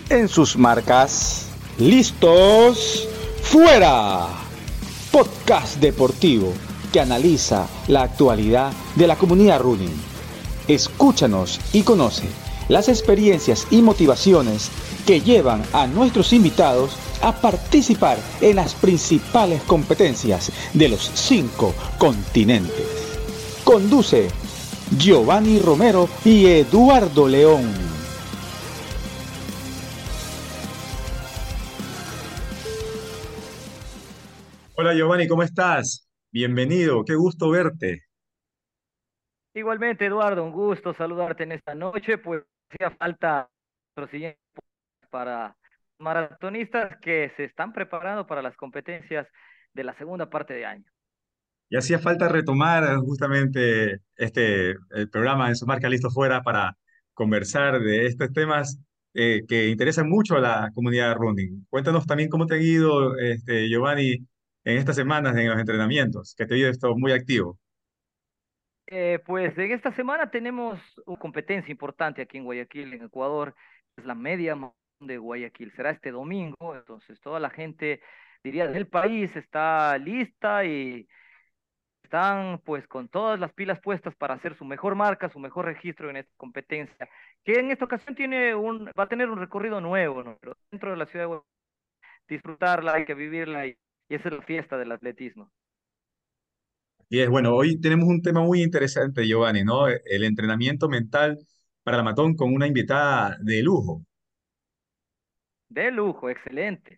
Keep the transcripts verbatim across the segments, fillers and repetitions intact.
en sus marcas. ¡Listos! ¡Fuera! Podcast deportivo que analiza la actualidad de la comunidad running. Escúchanos y conoce las experiencias y motivaciones que llevan a nuestros invitados a participar en las principales competencias de los cinco continentes. Conduce Giovanni Romero y Eduardo León. Hola Giovanni, ¿cómo estás? Bienvenido, qué gusto verte. Igualmente, Eduardo, un gusto saludarte en esta noche. Pues hacía falta nuestro siguiente para maratonistas que se están preparando para las competencias de la segunda parte de año. Y hacía falta retomar eh, justamente este el programa en su marca Listo Fuera para conversar de estos temas eh, que interesan mucho a la comunidad running. Cuéntanos también cómo te ha ido, este, Giovanni, en estas semanas en los entrenamientos, que te he visto muy activo. Eh, pues en esta semana tenemos una competencia importante aquí en Guayaquil, en Ecuador. Es la media maratón de Guayaquil. Será este domingo, entonces toda la gente, diría, del país está lista y están pues con todas las pilas puestas para hacer su mejor marca, su mejor registro en esta competencia, que en esta ocasión tiene un, va a tener un recorrido nuevo, ¿no? Pero dentro de la ciudad de Guayaquil, disfrutarla, hay que vivirla y, y esa es la fiesta del atletismo. Y es bueno, hoy tenemos un tema muy interesante, Giovanni, ¿no? El entrenamiento mental para la maratón con una invitada de lujo. De lujo, excelente.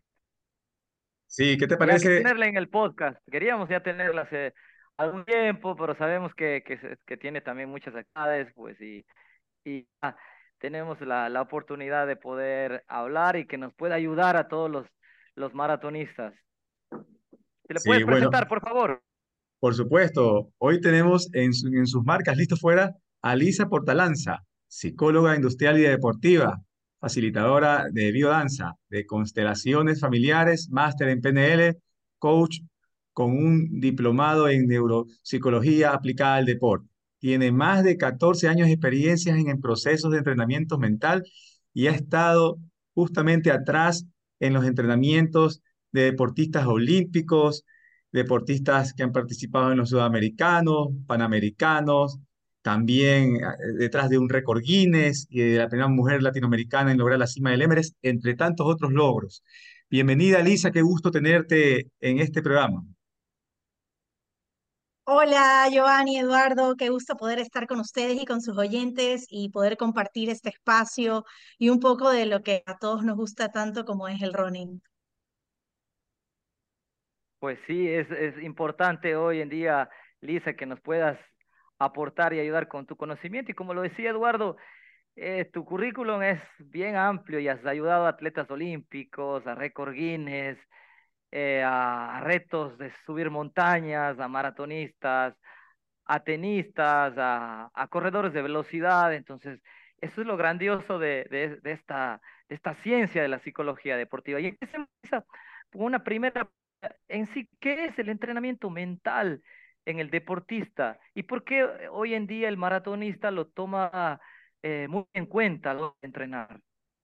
Sí, ¿qué te Y hay que parece? tenerla en el podcast. Queríamos ya tenerla hace algún tiempo, pero sabemos que, que, se- que tiene también muchas actividades, pues, y, y ah, tenemos la, la oportunidad de poder hablar y que nos pueda ayudar a todos los, los maratonistas. ¿Se le Sí, puedes bueno, presentar, por favor? por supuesto, hoy tenemos en, su- en sus marcas listo fuera a Lisa Portalanza, psicóloga industrial y deportiva, facilitadora de biodanza, de constelaciones familiares, máster en P N L, coach con un diplomado en neuropsicología aplicada al deporte. Tiene más de catorce años de experiencia en, en procesos de entrenamiento mental y ha estado justamente atrás en los entrenamientos de deportistas olímpicos, deportistas que han participado en los sudamericanos, panamericanos, también eh, detrás de un récord Guinness y de la primera mujer latinoamericana en lograr la cima del Everest, entre tantos otros logros. Bienvenida, Lisa, qué gusto tenerte en este programa. Hola, Giovanni, Eduardo, qué gusto poder estar con ustedes y con sus oyentes y poder compartir este espacio y un poco de lo que a todos nos gusta tanto como es el running. Pues sí, es, es importante hoy en día, Lisa, que nos puedas aportar y ayudar con tu conocimiento. Y como lo decía Eduardo, eh, tu currículum es bien amplio y has ayudado a atletas olímpicos, a récord Guinness, eh, a, a retos de subir montañas, a maratonistas, a tenistas, a, a corredores de velocidad. Entonces, eso es lo grandioso de, de, de esta, de esta ciencia de la psicología deportiva. Y empecemos con una primera, en sí, ¿qué es el entrenamiento mental en el deportista? ¿Y por qué hoy en día el maratonista lo toma eh, muy en cuenta lo de entrenar?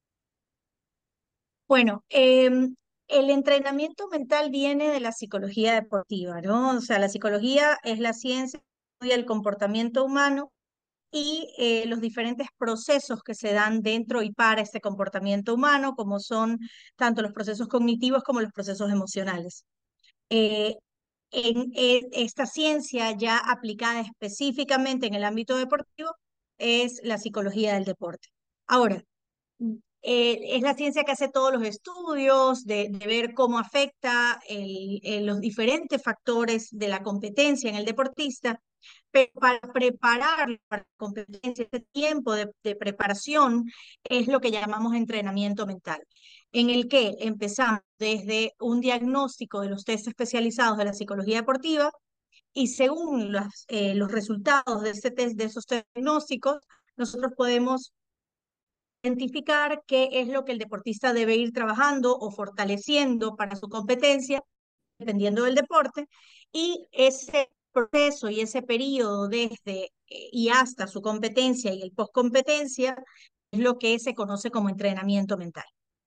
Bueno, em, el entrenamiento mental viene de la psicología deportiva, ¿no? O sea, la psicología es la ciencia que estudia el comportamiento humano y eh, los diferentes procesos que se dan dentro y para este comportamiento humano, como son tanto los procesos cognitivos como los procesos emocionales. Eh, en, en esta ciencia ya aplicada específicamente en el ámbito deportivo es la psicología del deporte. Ahora, eh, es la ciencia que hace todos los estudios de, de ver cómo afecta el- el- los diferentes factores de la competencia en el deportista, pero para preparar para la competencia, este tiempo de, de preparación es lo que llamamos entrenamiento mental, en el que empezamos desde un diagnóstico de los test especializados de la psicología deportiva y según las, eh, los resultados de, este test, de esos test diagnósticos, nosotros podemos identificar qué es lo que el deportista debe ir trabajando o fortaleciendo para su competencia, dependiendo del deporte, y ese proceso y ese periodo desde eh, y hasta su competencia y el post competencia es lo que se conoce como entrenamiento mental.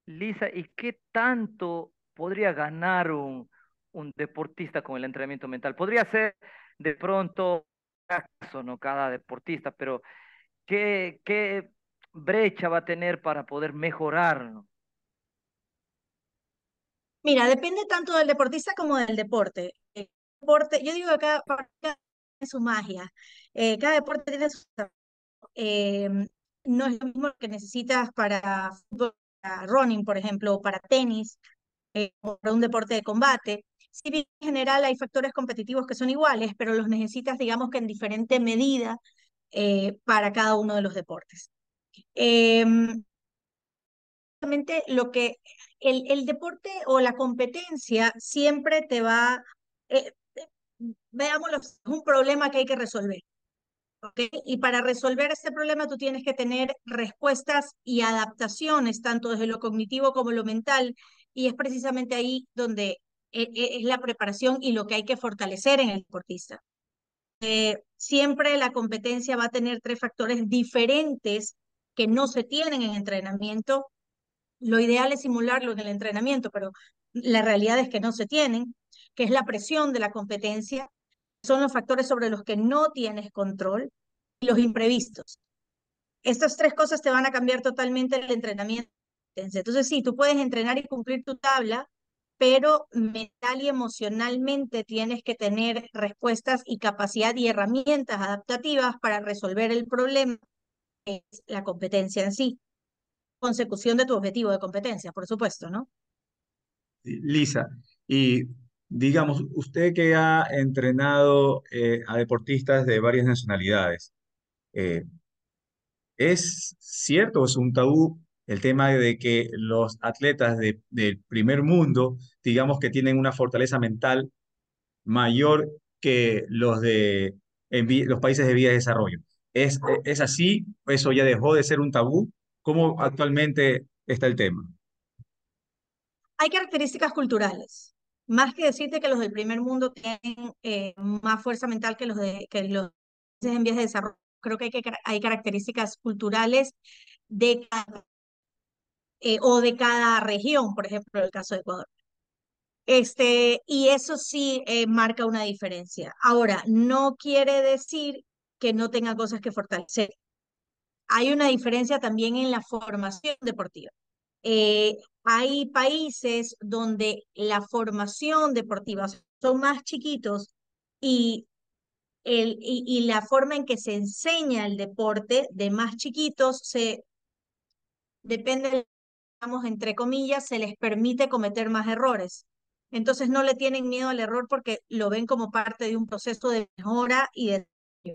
Lisa, ¿y qué tanto podría ganar un, un deportista con el entrenamiento mental? Podría ser de pronto caso, ¿no? Cada deportista, pero ¿qué, qué brecha va a tener para poder mejorar, ¿no? Mira, depende tanto del deportista como del deporte. El deporte, yo digo que cada cada tiene su magia. Eh, cada deporte tiene su... eh, no es lo mismo que necesitas para fútbol, para running, por ejemplo, o para tenis, eh, o para un deporte de combate. Si bien en general hay factores competitivos que son iguales, pero los necesitas, digamos que en diferente medida eh, para cada uno de los deportes. Em, Realmente lo que el, el deporte o la competencia siempre te va, eh, eh, veámoslo, es un problema que hay que resolver. ¿Ok? Y para resolver este problema tú tienes que tener respuestas y adaptaciones, tanto desde lo cognitivo como lo mental, y es precisamente ahí donde eh, eh, es la preparación y lo que hay que fortalecer en el deportista. Eh, siempre la competencia va a tener tres factores diferentes que no se tienen en entrenamiento. Lo ideal es simularlo en el entrenamiento, pero la realidad es que no se tienen, que es la presión de la competencia, son los factores sobre los que no tienes control y los imprevistos. Estas tres cosas te van a cambiar totalmente el entrenamiento. Entonces, sí, tú puedes entrenar y cumplir tu tabla, pero mental y emocionalmente tienes que tener respuestas y capacidad y herramientas adaptativas para resolver el problema, que es la competencia en sí. Consecución de tu objetivo de competencia, por supuesto, ¿no? Lisa, y digamos, usted que ha entrenado eh, a deportistas de varias nacionalidades, eh, ¿es cierto o es un tabú el tema de que los atletas de- del primer mundo, digamos que tienen una fortaleza mental mayor que los de en vi- los países de vías de desarrollo? ¿Es, es así? ¿Eso ya dejó de ser un tabú? ¿Cómo actualmente está el tema? Hay características culturales. Más que decirte que los del primer mundo tienen eh, más fuerza mental que los de que los países en vías de desarrollo, creo que hay, que, hay características culturales de cada, eh, o de cada región, por ejemplo, en el caso de Ecuador. Este, y eso sí eh, marca una diferencia. Ahora, no quiere decir que no tenga cosas que fortalecer. Hay una diferencia también en la formación deportiva. Eh, Hay países donde la formación deportiva son más chiquitos y, el, y, y la forma en que se enseña el deporte de más chiquitos se depende, digamos, entre comillas, se les permite cometer más errores. Entonces no le tienen miedo al error porque lo ven como parte de un proceso de mejora y de...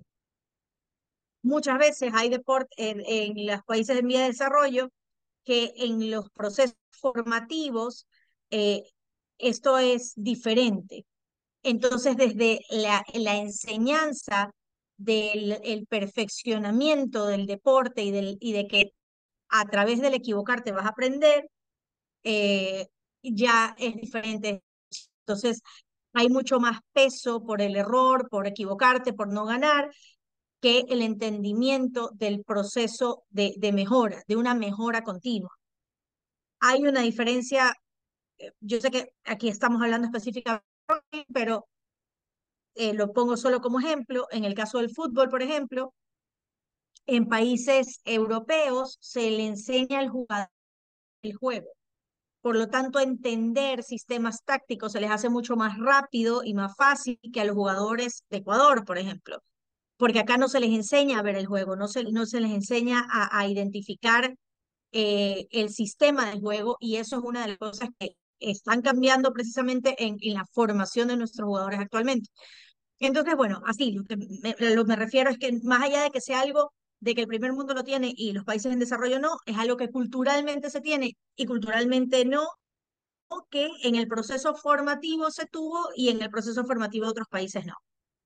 Muchas veces hay deporte en, en los países en vía de desarrollo que en los procesos formativos eh, esto es diferente. Entonces, desde la, la enseñanza del el perfeccionamiento del deporte y, del, y de que a través del equivocarte vas a aprender, eh, ya es diferente. Entonces, hay mucho más peso por el error, por equivocarte, por no ganar, que el entendimiento del proceso de, de mejora, de una mejora continua. Hay una diferencia, eh, yo sé que aquí estamos hablando específicamente, pero eh, lo pongo solo como ejemplo. En el caso del fútbol, por ejemplo, en países europeos se le enseña al jugador el juego. Por lo tanto, entender sistemas tácticos se les hace mucho más rápido y más fácil que a los jugadores de Ecuador, por ejemplo. Porque acá no se les enseña a ver el juego, no se, no se les enseña a, a identificar eh, el sistema del juego, y eso es una de las cosas que están cambiando precisamente en, en la formación de nuestros jugadores actualmente. Entonces, bueno, así, lo que me, lo me refiero es que más allá de que sea algo de que el primer mundo lo tiene y los países en desarrollo no, es algo que culturalmente se tiene y culturalmente no, o que en el proceso formativo se tuvo y en el proceso formativo de otros países no.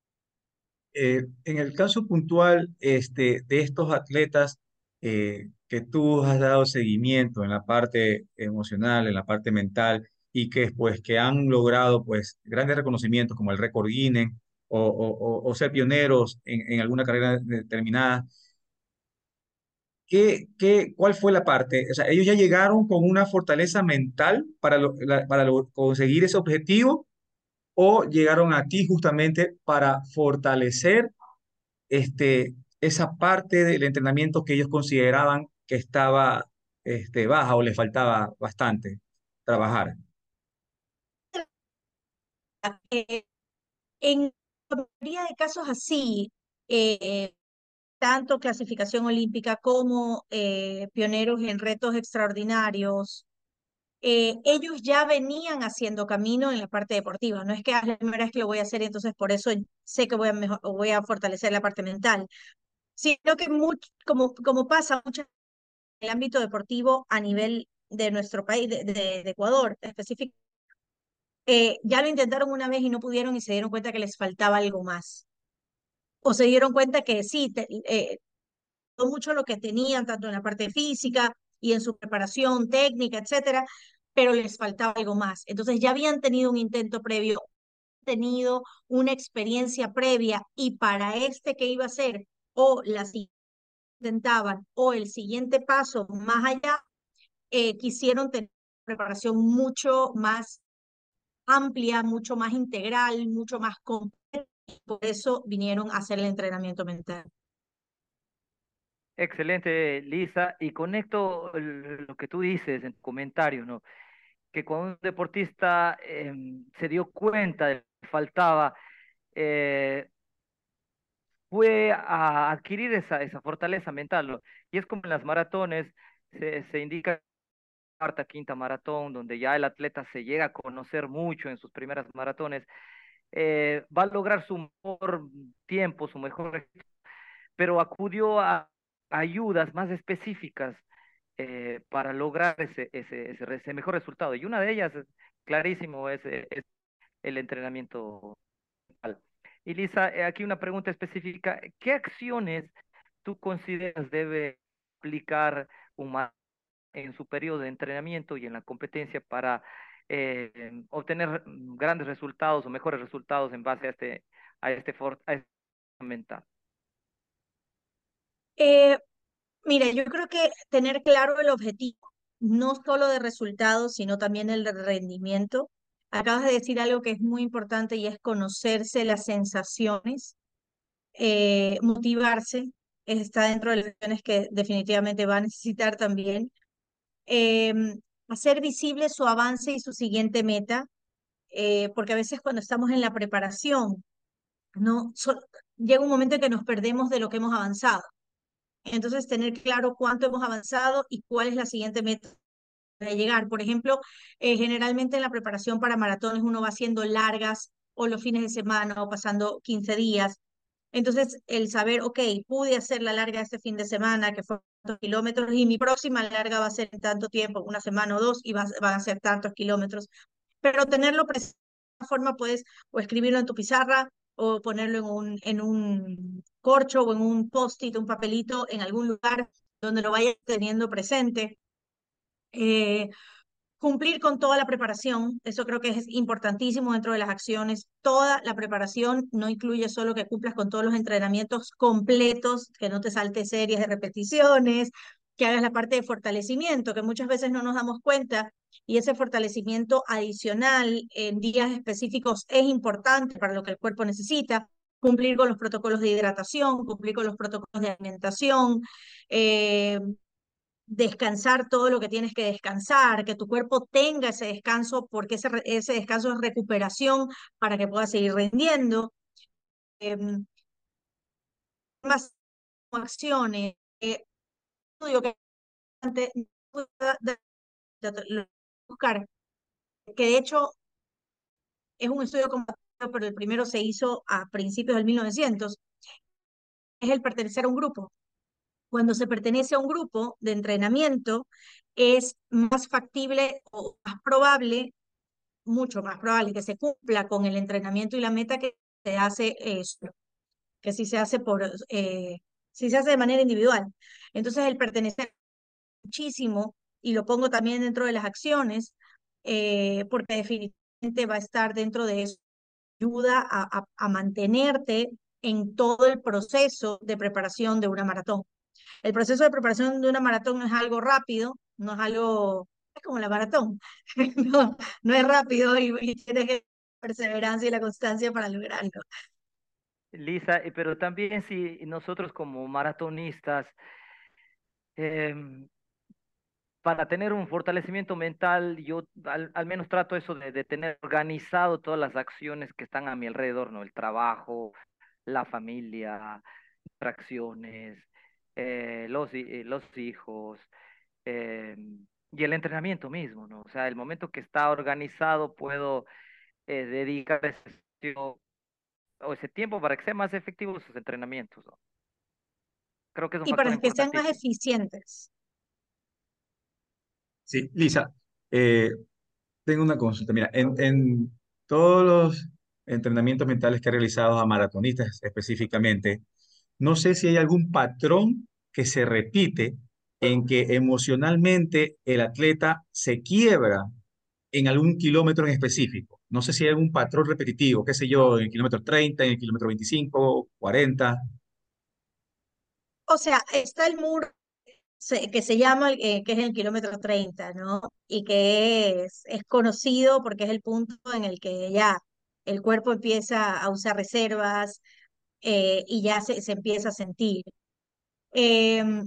Eh, en el caso puntual este, de estos atletas eh, que tú has dado seguimiento en la parte emocional, en la parte mental, y que, pues, que han logrado pues, grandes reconocimientos como el récord Guinness o, o- o- o ser pioneros en, en alguna carrera determinada, ¿qué, qué, cuál fue la parte? O sea, ellos ya llegaron con una fortaleza mental para, lo- la- para lo- conseguir ese objetivo o llegaron a ti justamente para fortalecer este, esa parte del entrenamiento que ellos consideraban que estaba este, baja o les faltaba bastante trabajar. Eh, en la mayoría de casos así, eh, tanto clasificación olímpica como eh, pioneros en retos extraordinarios, eh, ellos ya venían haciendo camino en la parte deportiva. No es que "Ah, es la primera vez que lo voy a hacer y entonces por eso sé que voy a, mejor, voy a fortalecer la parte mental, sino que much- como, como pasa mucho en el ámbito deportivo a nivel de nuestro país, de, de- de Ecuador específicamente, eh, ya lo intentaron una vez y no pudieron y se dieron cuenta que les faltaba algo más. O se dieron cuenta que sí, te- eh, todo mucho lo que tenían, tanto en la parte física y en su preparación técnica, etcétera, pero les faltaba algo más. Entonces ya habían tenido un intento previo, tenido una experiencia previa y para este que iba a ser o la siguiente intentaban o el siguiente paso más allá, eh, quisieron tener una preparación mucho más amplia, mucho más integral, mucho más completa. Por eso vinieron a hacer el entrenamiento mental. Excelente, Lisa, y conecto el- lo que tú dices en tu comentario, ¿no? Que cuando un deportista em, se dio cuenta de que faltaba, eh, fue a adquirir esa, esa fortaleza mental, ¿no? Y es como en las maratones, se, se indica cuarta, quinta maratón, donde ya el atleta se llega a conocer mucho en sus primeras maratones, eh, va a lograr su mejor tiempo, su mejor, pero acudió a ayudas más específicas eh, para lograr ese, ese, ese, re- ese mejor resultado. Y una de ellas, es, clarísimo, es, eh, es el entrenamiento mental. Y Lisa, eh, aquí una pregunta específica. ¿Qué acciones tú consideras debe aplicar un ma- en su periodo de entrenamiento y en la competencia para eh, obtener mm, grandes resultados o mejores resultados en base a este, a este, for- a este mental? Eh, Mira, yo creo que tener claro el objetivo, no solo de resultados, sino también el de rendimiento. Acabas de decir algo que es muy importante y es conocerse las sensaciones, eh, motivarse, está dentro de las acciones que definitivamente va a necesitar también. Em, Hacer visible su avance y su siguiente meta, eh, porque a veces cuando estamos en la preparación, no, so- llega un momento en que nos perdemos de lo que hemos avanzado. Entonces, tener claro cuánto hemos avanzado y cuál es la siguiente meta de llegar. Por ejemplo, eh, generalmente en la preparación para maratones uno va haciendo largas o los fines de semana o pasando quince días. Entonces, el saber, ok, pude hacer la larga este fin de semana, que fue tantos kilómetros, y mi próxima larga va a ser en tanto tiempo, una semana o dos, y va- van a ser tantos kilómetros. Pero tenerlo presente de esta forma, puedes o escribirlo en tu pizarra o ponerlo en un, en un corcho o en un post-it, un papelito, en algún lugar donde lo vayas teniendo presente. Eh, Cumplir con toda la preparación, eso creo que es importantísimo dentro de las acciones. Toda la preparación no incluye solo que cumplas con todos los entrenamientos completos, que no te saltes series de repeticiones, que hagas la parte de fortalecimiento, que muchas veces no nos damos cuenta, y ese fortalecimiento adicional en días específicos es importante para lo que el cuerpo necesita. Cumplir con los protocolos de hidratación, cumplir con los protocolos de alimentación, eh, descansar todo lo que tienes que descansar, que tu cuerpo tenga ese descanso, porque ese, re- ese descanso es recuperación para que puedas seguir rindiendo. Em, Más acciones, eh, estudio que antes de- de- de- buscar, que de hecho es un estudio comparativo, pero el primero se hizo a principios del mil novecientos, es el pertenecer a un grupo. Cuando se pertenece a un grupo de entrenamiento, es más factible o más probable, mucho más probable que se cumpla con el entrenamiento y la meta que se hace, eh, que si se hace por, eh, si se hace de manera individual. Entonces, el pertenecer muchísimo, y lo pongo también dentro de las acciones, eh, porque definitivamente va a estar dentro de eso, ayuda a, a, a mantenerte en todo el proceso de preparación de una maratón. El proceso de preparación de una maratón no es algo rápido, no es algo, es como la maratón, no, no es rápido y, y tienes que tener perseverancia y la constancia para lograrlo. Lisa, eh, pero también si nosotros como maratonistas, em, para tener un fortalecimiento mental, yo al, al menos trato eso de, de tener organizado todas las acciones que están a mi alrededor, ¿no? El trabajo, la familia, distracciones, eh, los, hi- eh, los hijos, eh, y el entrenamiento mismo, ¿no? O sea, el momento que está organizado, puedo eh, dedicar ese, tiempo- o ese tiempo para que sean más efectivos sus entrenamientos, ¿no? Creo que es un Y factor para que sean más importantísimo. eficientes. Sí, Lisa, eh, tengo una consulta. Mira, en, en todos los entrenamientos mentales que he realizado a maratonistas específicamente, no sé si hay algún patrón que se repite en que emocionalmente el atleta se quiebra en algún kilómetro en específico. No sé si hay algún patrón repetitivo, qué sé yo, en el kilómetro treinta, en el kilómetro veinticinco, cuarenta. O sea, está el muro se- que se llama, eh, que es el kilómetro treinta, ¿no? Y que es, es conocido porque es el punto en el que ya el cuerpo empieza a usar reservas, eh, y ya se, se empieza a sentir. Em,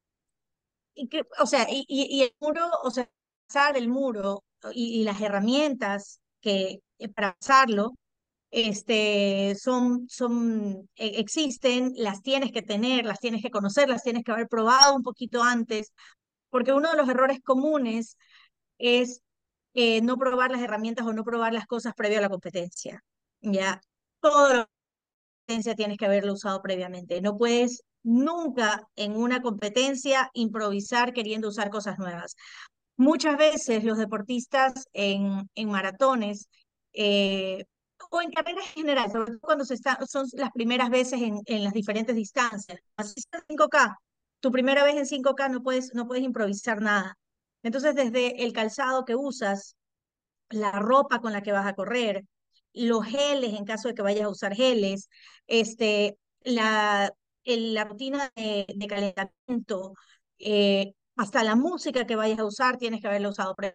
y que, o sea, y, y- y el muro, o sea, pasar el muro y, y las herramientas que eh, para pasarlo, este, son, son, e- existen, las tienes que tener, las tienes que conocer, las tienes que haber probado un poquito antes, porque uno de los errores comunes es eh, no probar las herramientas o no probar las cosas previo a la competencia. Ya, todo lo competencia tienes que haberlo usado previamente. No puedes nunca en una competencia improvisar queriendo usar cosas nuevas. Muchas veces los deportistas en, en maratones, eh, o en carreras en general, sobre todo cuando se está, son las primeras veces en, en las diferentes distancias. Así sea cinco K, tu primera vez en cinco K no puedes, no puedes improvisar nada. Entonces, desde el calzado que usas, la ropa con la que vas a correr, los geles en caso de que vayas a usar geles, este, la, el- la rutina de, de calentamiento, eh, hasta la música que vayas a usar tienes que haberla usado. pre-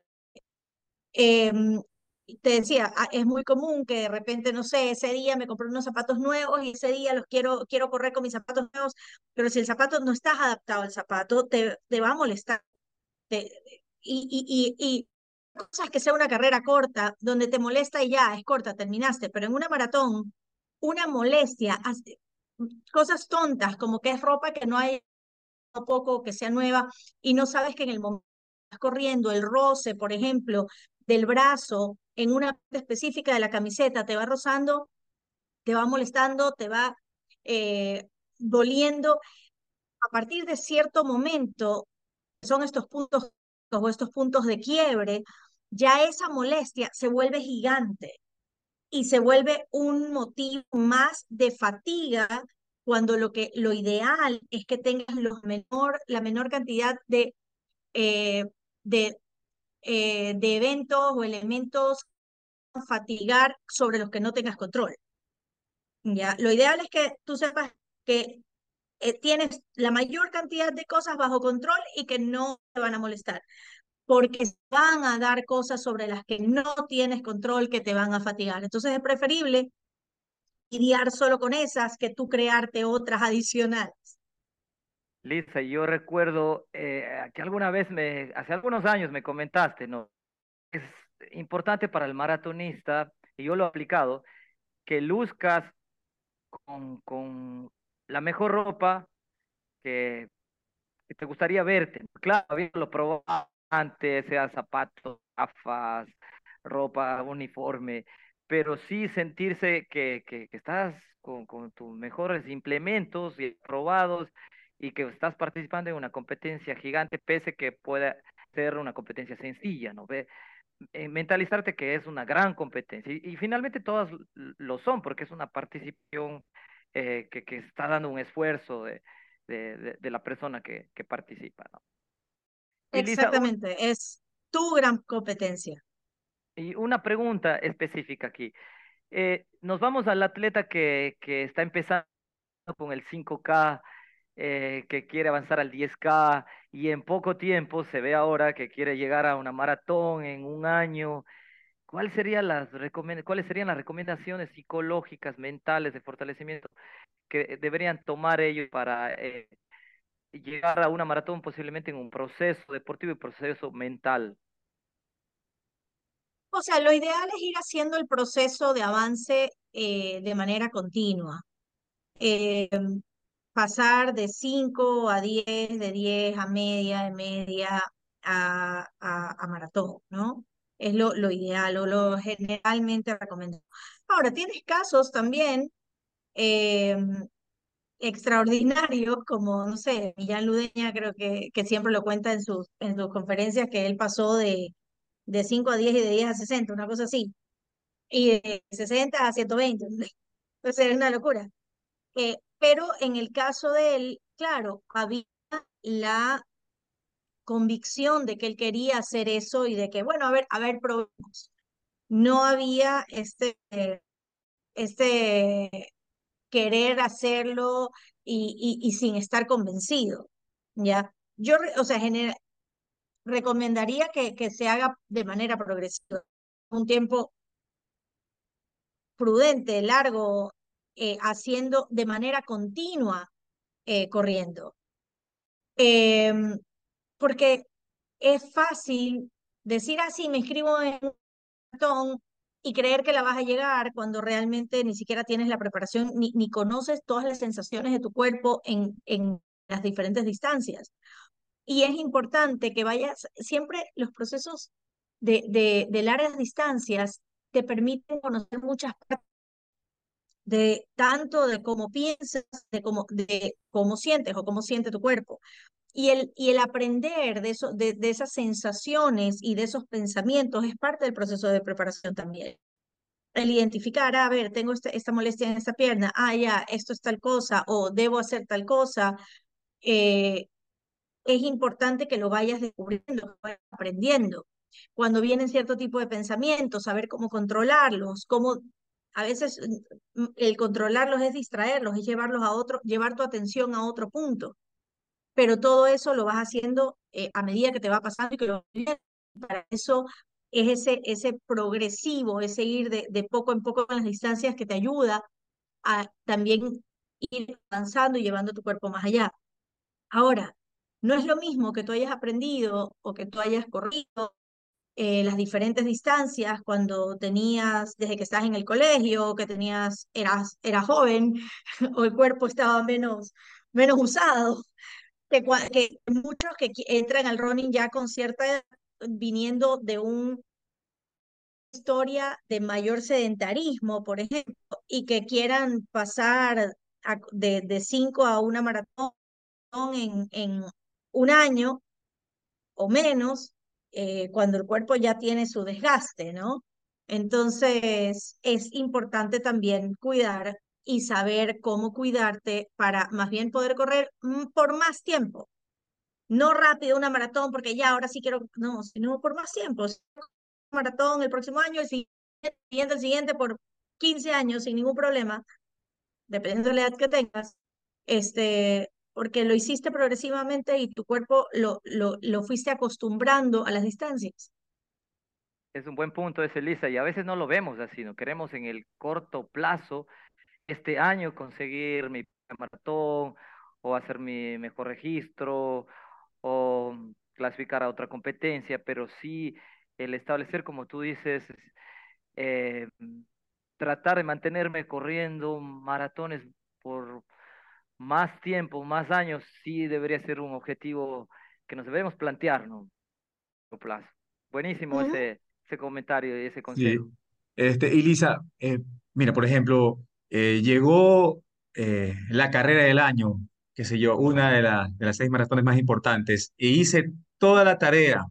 Em, Te decía, ah, es muy común que de repente, no sé, ese día me compré unos zapatos nuevos y ese día los quiero, quiero correr con mis zapatos nuevos, pero si el zapato no estás adaptado al zapato, te, te va a molestar. Te- y, y, y, y cosas que sea una carrera corta, donde te molesta y ya, es corta, terminaste, pero en una maratón, una molestia, hace- cosas tontas, como que es ropa que no hay poco, que sea nueva, y no sabes que en el momento que estás corriendo, el roce, por ejemplo, del brazo en una parte específica de la camiseta, te va rozando, te va molestando, te va eh, doliendo. A partir de cierto momento, son estos puntos o estos puntos de quiebre, ya esa molestia se vuelve gigante y se vuelve un motivo más de fatiga, cuando lo que lo ideal es que tengas los menor, la menor cantidad de, eh, de, eh, de eventos o elementos a fatigar sobre los que no tengas control. ¿Ya? Lo ideal es que tú sepas que eh, tienes la mayor cantidad de cosas bajo control y que no te van a molestar, porque van a dar cosas sobre las que no tienes control que te van a fatigar. Entonces es preferible lidiar solo con esas que tú crearte otras adicionales. Lisa, yo recuerdo eh, que alguna vez me, hace algunos años me comentaste, ¿no? Es importante para el maratonista, y yo lo he aplicado, que luzcas con, con la mejor ropa que, que te gustaría verte. Claro, habiéndolo probado antes, sea zapatos, gafas, ropa, uniforme, pero sí sentirse que, que, que estás con, con tus mejores implementos y probados, y que estás participando en una competencia gigante, pese que pueda ser una competencia sencilla, ¿no? Ve, eh, mentalizarte que es una gran competencia. Y, y finalmente todas l- lo son, porque es una participación eh, que, que está dando un esfuerzo de, de, de- de la persona que, que participa, ¿no? Y Lisa, un- Exactamente, es tu gran competencia. y una pregunta específica aquí. Eh, nos vamos al atleta que, que está empezando con el cinco K. eh, que quiere avanzar al diez K y en poco tiempo se ve ahora que quiere llegar a una maratón en un año. ¿Cuál serían las recomen- ¿Cuáles serían las recomendaciones psicológicas, mentales de fortalecimiento que deberían tomar ellos para eh, llegar a una maratón posiblemente en un proceso deportivo y proceso mental? O sea, lo ideal es ir haciendo el proceso de avance eh, de manera continua. Eh, Pasar de cinco a diez, de diez a media, de media a, a, a maratón, ¿no? Es lo, lo ideal o lo generalmente recomendado. Ahora, tienes casos también eh, extraordinarios, como, no sé, Millán Ludeña creo que, que siempre lo cuenta en sus, en sus conferencias, que él pasó de, de cinco a diez y de diez a sesenta, una cosa así, y de sesenta a ciento veinte. Entonces es una locura. Eh, pero en el caso de él, claro, había la convicción de que él quería hacer eso y de que, bueno, a ver, a ver, probemos. No había este, eh, este querer hacerlo y, y, y sin estar convencido, ¿ya? Yo, re- o sea, genera- recomendaría que, que se haga de manera progresiva, un tiempo prudente, largo, eh, haciendo de manera continua, eh, corriendo. Em, Porque es fácil decir así, me inscribo en un maratón y creer que la vas a llegar cuando realmente ni siquiera tienes la preparación ni, ni conoces todas las sensaciones de tu cuerpo en, en las diferentes distancias. Y es importante que vayas, siempre los procesos de, de, de largas distancias te permiten conocer muchas partes de tanto de cómo piensas, de cómo, de cómo sientes o cómo siente tu cuerpo. Y el, y el aprender de, eso, de, de esas sensaciones y de esos pensamientos es parte del proceso de preparación también. El identificar, "Ah, a ver, tengo este- esta molestia en esta pierna, ah, ya, esto es tal cosa, o debo hacer tal cosa, eh, es importante que lo vayas descubriendo, que lo vayas aprendiendo. Cuando vienen cierto tipo de pensamientos, saber cómo controlarlos, cómo a veces mm, el controlarlos es distraerlos, es llevarlos a otro, llevar tu atención a otro punto, pero todo eso lo vas haciendo eh, a medida que te va pasando y que lo vas viviendo. Para eso es ese, ese progresivo, ese ir de, de poco en poco con las distancias que te ayuda a también ir avanzando y llevando tu cuerpo más allá. Ahora, no es lo mismo que tú hayas aprendido o que tú hayas corrido eh, las diferentes distancias cuando tenías, desde que estás en el colegio, que tenías, eras, eras joven o el cuerpo estaba menos, menos usado, que, cua- que muchos que qui- entran al running ya con cierta edad, viniendo de una historia de mayor sedentarismo, por ejemplo, y que quieran pasar a- de, de cinco a una maratón en, en un año o menos, eh, cuando el cuerpo ya tiene su desgaste, ¿no? Entonces, es importante también cuidar y saber cómo cuidarte para más bien poder correr mm, por más tiempo. No rápido una maratón, porque ya ahora sí quiero, no, sino por más tiempo. Si quiero una maratón el próximo año, el siguiente, el siguiente, el siguiente, por quince años sin ningún problema, dependiendo de la edad que tengas, este, porque lo hiciste progresivamente y tu cuerpo lo, lo, lo fuiste acostumbrando a las distancias. Es un buen punto ese, Lisa, y a veces no lo vemos así, no queremos en el corto plazo este año conseguir mi maratón o hacer mi mejor registro o clasificar a otra competencia, pero sí el establecer, como tú dices, eh, tratar de mantenerme corriendo maratones por más tiempo, más años, sí debería ser un objetivo que nos debemos plantear, ¿no? A largo plazo. Buenísimo Ujú. ese, ese comentario y ese Sí. consejo. Este, y Lisa, eh, mira, por ejemplo, eh, llegó eh, la carrera del año, qué sé yo, una de, la- de las seis maratones más importantes, e hice toda la tarea.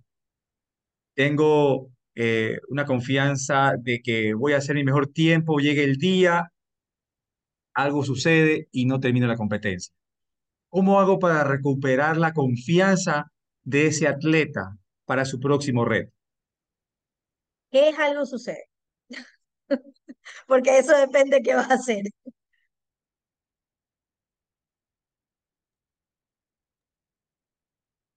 Tengo eh, una confianza de que voy a hacer mi mejor tiempo, llegue el día, algo sucede y no termino la competencia. ¿Cómo hago para recuperar la confianza de ese atleta para su próximo reto? ¿Qué es algo sucede? Porque eso depende de qué vas a hacer.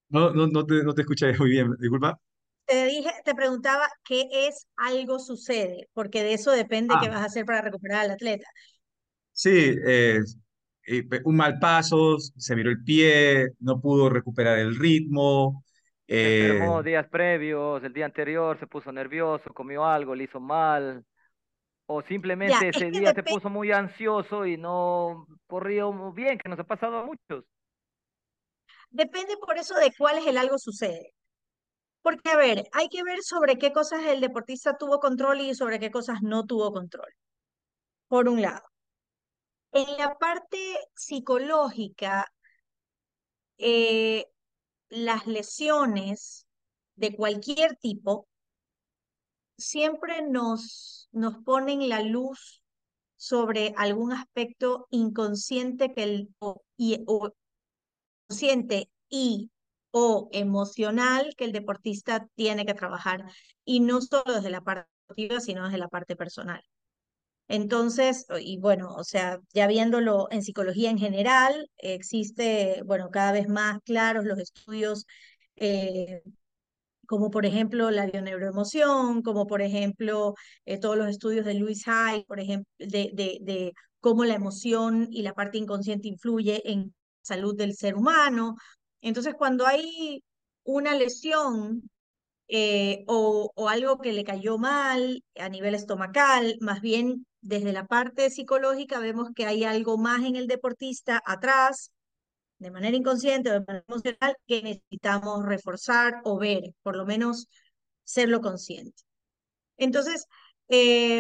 No, no, no te, no te escuché muy bien, disculpa. Te dije, te preguntaba qué es algo sucede, porque de eso depende qué Ah, vas a hacer para recuperar al atleta. sí, eh, eh, un mal paso, se viró el pie, no pudo recuperar el ritmo. Se eh, enfermó días previos, el día anterior se puso nervioso, comió algo, le hizo mal, o Ya, simplemente es ese que día se depende. puso muy ansioso y no corrió muy bien, que nos ha pasado a muchos. Depende por eso de cuál es el algo sucede. Porque, a ver, hay que ver sobre qué cosas el deportista tuvo control y sobre qué cosas no tuvo control, por un lado. En la parte psicológica, eh, las lesiones de cualquier tipo siempre nos, nos ponen la luz sobre algún aspecto inconsciente que el, o, y, o consciente y o emocional que el deportista tiene que trabajar, y no solo desde la parte deportiva, sino desde la parte personal. Entonces, y bueno, o sea, ya viéndolo en psicología en general, existe, bueno, cada vez más claros los estudios, eh, como por ejemplo la bioneuroemoción, como por ejemplo eh, todos los estudios de Louis Hay, por ejemplo, de, de, de cómo la emoción y la parte inconsciente influye en la salud del ser humano. Entonces, cuando hay una lesión eh, o, o algo que le cayó mal a nivel estomacal, más bien desde la parte psicológica vemos que hay algo más en el deportista atrás, de manera inconsciente o de manera emocional, que necesitamos reforzar o ver, por lo menos serlo consciente. Entonces, eh,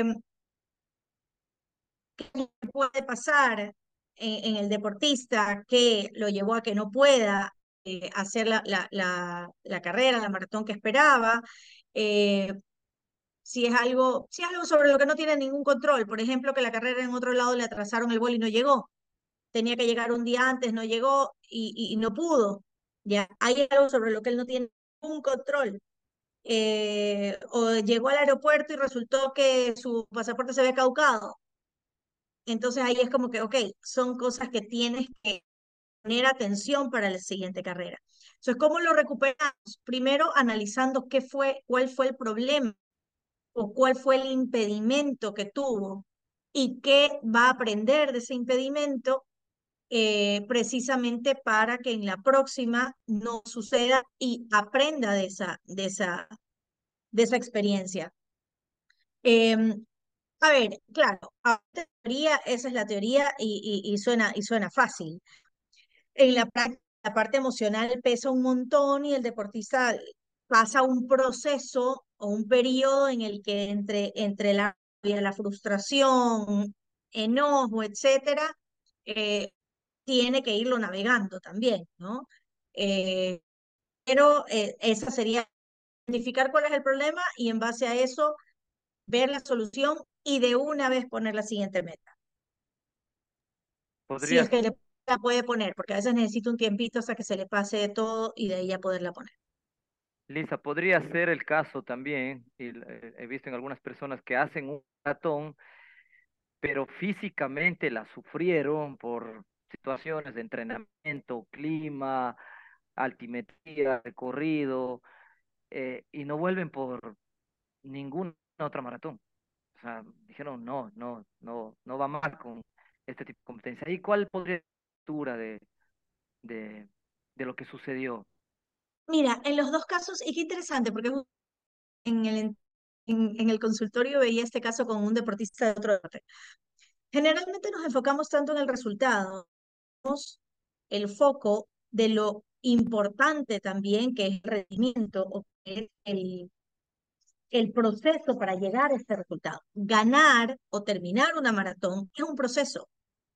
¿qué puede pasar en, en el deportista que lo llevó a que no pueda eh, hacer la, la, la, la carrera, la maratón que esperaba? Eh, si es algo, si es algo sobre lo que no tiene ningún control, por ejemplo, que la carrera en otro lado le atrasaron el vuelo y no llegó, tenía que llegar un día antes, no llegó y, y, y no pudo, ya hay algo sobre lo que él no tiene ningún control. Eh, o llegó al aeropuerto y resultó que su pasaporte se había caducado. Entonces ahí es como que, ok, son cosas que tienes que poner atención para la siguiente carrera. Entonces, ¿cómo lo recuperamos? Primero, analizando qué fue, cuál fue el problema o cuál fue el impedimento que tuvo y qué va a aprender de ese impedimento, eh, precisamente para que en la próxima no suceda y aprenda de esa, de esa, de esa experiencia. Em, a ver, claro, a teoría, esa es la teoría y, y, y suena, y suena fácil. En la práctica, la parte emocional pesa un montón y el deportista pasa un proceso o un periodo en el que entre, entre la, rabia, la frustración, enojo, etcétera, eh, tiene que irlo navegando también, ¿no? Eh, pero eh, esa sería identificar cuál es el problema y en base a eso ver la solución y de una vez poner la siguiente meta. Si es Podrías, que le, la puede poner, porque a veces necesita un tiempito hasta que se le pase todo y de ahí ya poderla poner. Lisa, podría ser el caso también, y eh, he visto en algunas personas que hacen un maratón, pero físicamente la sufrieron por situaciones de entrenamiento, clima, altimetría, recorrido, eh, y no vuelven por ninguna otra maratón. O sea, dijeron, no, no, no, no va mal con este tipo de competencia. ¿Y cuál podría ser la lectura de, de, de lo que sucedió? Mira, en los dos casos, y qué interesante, porque en el, en, en el consultorio veía este caso con un deportista de otro deporte. Generalmente nos enfocamos tanto en el resultado, el foco de lo importante también que es el rendimiento o que es el, el proceso para llegar a este resultado. Ganar o terminar una maratón es un proceso.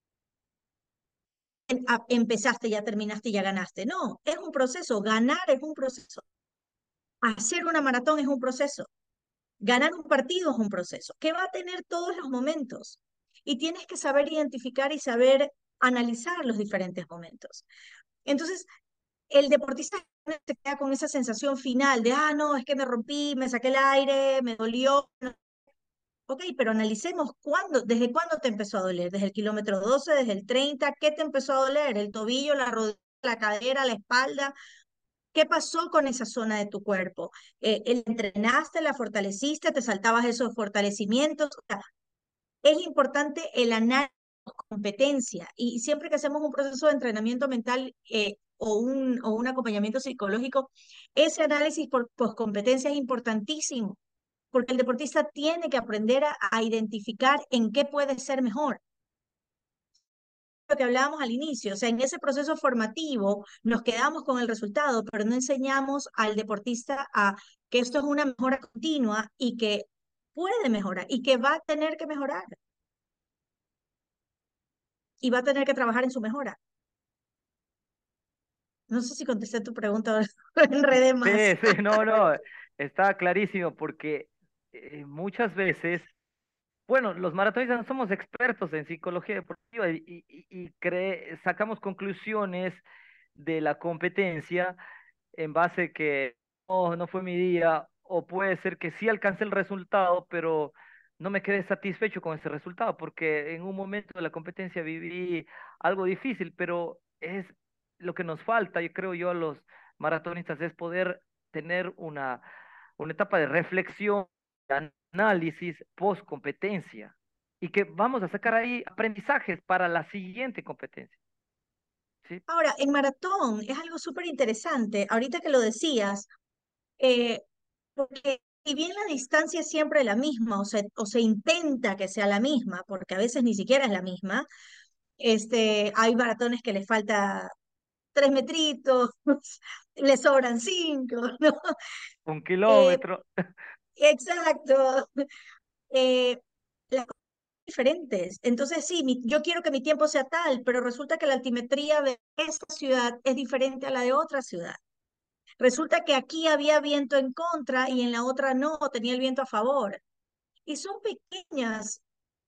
En- a- Empezaste, ya terminaste, ya ganaste. No, es un proceso. Ganar es un proceso. Hacer una maratón es un proceso. Ganar un partido es un proceso que va a tener todos los momentos. Y tienes que saber identificar y saber analizar los diferentes momentos. Entonces, el deportista se queda con esa sensación final de, ah, no, es que me rompí, me saqué el aire, me dolió. No. Ok, pero analicemos cuándo, desde cuándo te empezó a doler, desde el kilómetro doce, desde el treinta, ¿qué te empezó a doler? ¿El tobillo, la rodilla, la cadera, la espalda? ¿Qué pasó con esa zona de tu cuerpo? Eh, ¿la entrenaste, la fortaleciste, te saltabas esos fortalecimientos? O sea, es importante el análisis de competencia y siempre que hacemos un proceso de entrenamiento mental eh, o, un, o un acompañamiento psicológico, ese análisis por competencia es importantísimo porque el deportista tiene que aprender a, a identificar en qué puede ser mejor. Lo que hablábamos al inicio, o sea, en ese proceso formativo nos quedamos con el resultado, pero no enseñamos al deportista a que esto es una mejora continua y que puede mejorar y que va a tener que mejorar y va a tener que trabajar en su mejora. No sé si contesté tu pregunta, ahora enredé Sí, más. sí, no, no, está clarísimo porque eh, muchas veces, bueno, los maratonistas no somos expertos en psicología deportiva y, y, y y cre- sacamos conclusiones de la competencia en base que oh, no fue mi día, o puede ser que sí alcancé el resultado, pero no me quedé satisfecho con ese resultado, porque en un momento de la competencia viví algo difícil, pero es lo que nos falta, yo creo yo, a los maratonistas, es poder tener una, una etapa de reflexión, de análisis post competencia, y que vamos a sacar ahí aprendizajes para la siguiente competencia. ¿Sí? Ahora, en maratón es algo súper interesante, ahorita que lo decías, eh, porque si bien la distancia es siempre la misma, o se, o se intenta que sea la misma, porque a veces ni siquiera es la misma, este, hay maratones que les falta tres metritos, le sobran cinco, ¿no? Un Eh, kilómetro. exacto. Eh, las cosas son diferentes. Entonces, sí, mi- yo quiero que mi tiempo sea tal, pero resulta que la altimetría de esta ciudad es diferente a la de otra ciudad. Resulta que aquí había viento en contra y en la otra no, tenía el viento a favor. Y son pequeños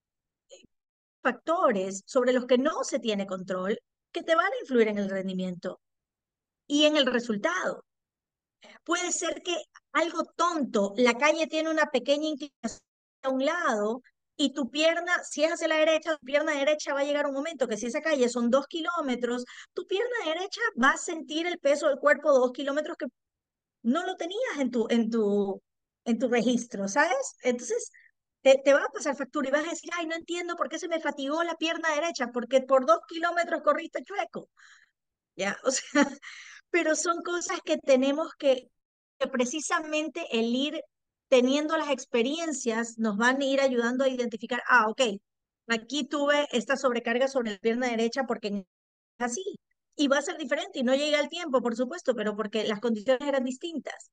factores sobre los que no se tiene control que te van a influir en el rendimiento y en el resultado. Puede ser que algo tonto, la calle tiene una pequeña inclinación a un lado y tu pierna, si es hacia la derecha, tu pierna derecha va a llegar un momento que si esa calle son dos kilómetros, tu pierna derecha va a sentir el peso del cuerpo dos kilómetros que no lo tenías en tu, en tu, en tu registro, ¿sabes? Entonces, te, te va a pasar factura y vas a decir, ay, no entiendo por qué se me fatigó la pierna derecha, porque por dos kilómetros corriste chueco, ¿ya? O sea, pero son cosas que tenemos que, que precisamente el ir teniendo las experiencias nos van a ir ayudando a identificar, ah, ok, aquí tuve esta sobrecarga sobre la pierna derecha porque es así. Y va a ser diferente y no llega al tiempo, por supuesto, pero porque las condiciones eran distintas.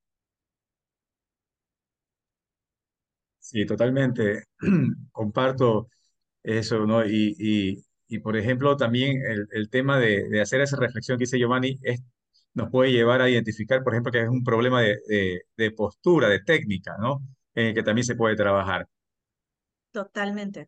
Sí, totalmente. Comparto eso, ¿no? Y, y, y, por ejemplo, también el, el tema de, de hacer esa reflexión que dice Giovanni es, nos puede llevar a identificar, por ejemplo, que es un problema de, de, de postura, de técnica, ¿no? En el que también se puede trabajar. Totalmente,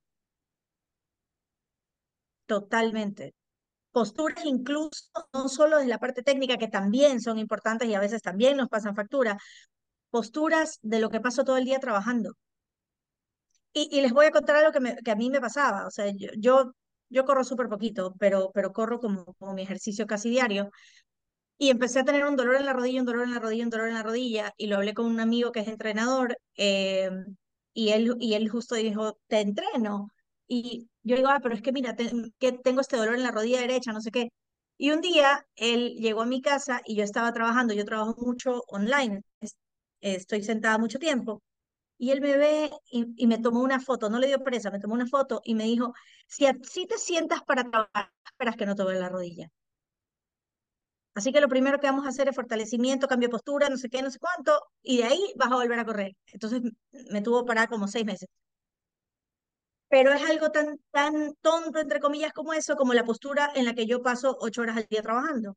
totalmente. Posturas incluso, no solo de la parte técnica, que también son importantes y a veces también nos pasan factura, posturas de lo que paso todo el día trabajando. Y, y les voy a contar algo que, me- que a mí me pasaba. O sea, yo, yo, yo corro súper poquito, pero, pero corro como, como mi ejercicio casi diario. Y empecé a tener un dolor en la rodilla, un dolor en la rodilla, un dolor en la rodilla. Y lo hablé con un amigo que es entrenador. eh, y, él, y él justo dijo, te entreno. Y yo digo, ah, pero es que mira, te- que tengo este dolor en la rodilla derecha, no sé qué. Y un día él llegó a mi casa y yo estaba trabajando. Yo trabajo mucho online. es- Estoy sentada mucho tiempo. Y él me ve y, y me tomó una foto, no le dio presa, me tomó una foto y me dijo, si así te sientas para trabajar, esperas que no te duele la rodilla. Así que lo primero que vamos a hacer es fortalecimiento, cambio de postura, no sé qué, no sé cuánto, y de ahí vas a volver a correr. Entonces m- me tuvo parada como seis meses. Pero es algo tan, tan tonto, entre comillas, como eso, como la postura en la que yo paso ocho horas al día trabajando.